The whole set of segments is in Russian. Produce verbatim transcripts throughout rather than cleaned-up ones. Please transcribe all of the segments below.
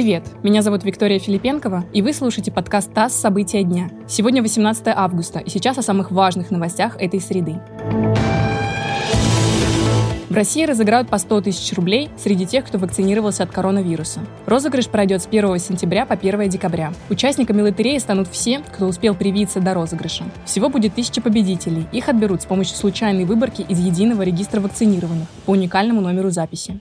Привет, меня зовут Виктория Филипенкова, и вы слушаете подкаст ТАСС «События дня». Сегодня восемнадцатое августа, и сейчас о самых важных новостях этой среды. В России разыграют по сто тысяч рублей среди тех, кто вакцинировался от коронавируса. Розыгрыш пройдет с первого сентября по первое декабря. Участниками лотереи станут все, кто успел привиться до розыгрыша. Всего будет тысяча победителей. Их отберут с помощью случайной выборки из единого регистра вакцинированных по уникальному номеру записи.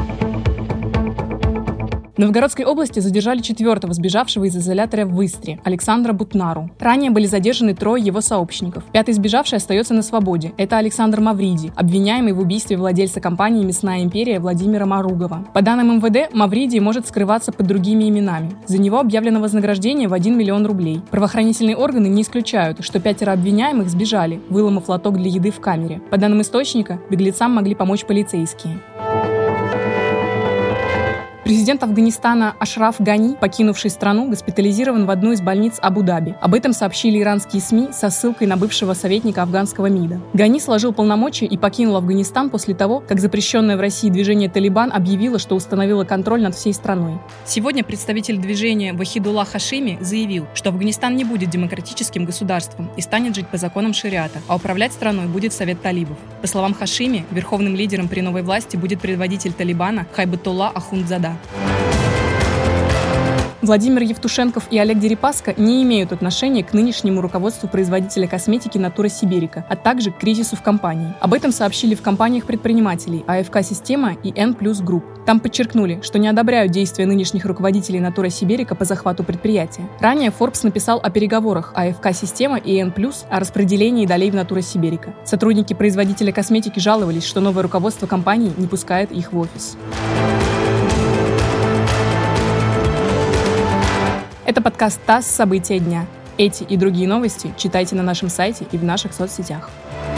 В Новгородской области задержали четвертого сбежавшего из изолятора в Истре, Александра Бутнару. Ранее были задержаны трое его сообщников. Пятый сбежавший остается на свободе. Это Александр Мавриди, обвиняемый в убийстве владельца компании «Мясная империя» Владимира Маругова. По данным эм вэ дэ, Мавриди может скрываться под другими именами. За него объявлено вознаграждение в один миллион рублей. Правоохранительные органы не исключают, что пятеро обвиняемых сбежали, выломав лоток для еды в камере. По данным источника, беглецам могли помочь полицейские. Президент Афганистана Ашраф Гани, покинувший страну, госпитализирован в одну из больниц Абу-Даби. Об этом сообщили иранские СМИ со ссылкой на бывшего советника афганского МИДа. Гани сложил полномочия и покинул Афганистан после того, как запрещенное в России движение «Талибан» объявило, что установило контроль над всей страной. Сегодня представитель движения Вахидулла Хашими заявил, что Афганистан не будет демократическим государством и станет жить по законам шариата, а управлять страной будет Совет талибов. По словам Хашими, верховным лидером при новой власти будет предводитель Талибана Хайбатулла Ахундзада. Владимир Евтушенков и Олег Дерипаска не имеют отношения к нынешнему руководству производителя косметики Natura Siberica, а также к кризису в компании. Об этом сообщили в компаниях предпринимателей а эф ка-система и N Plus Group. Там подчеркнули, что не одобряют действия нынешних руководителей Natura Siberica по захвату предприятия. Ранее Forbes написал о переговорах а эф ка-система и N Plus о распределении долей в Natura Siberica. Сотрудники производителя косметики жаловались, что новое руководство компании не пускает их в офис. Это подкаст ТАСС «События дня». Эти и другие новости читайте на нашем сайте и в наших соцсетях.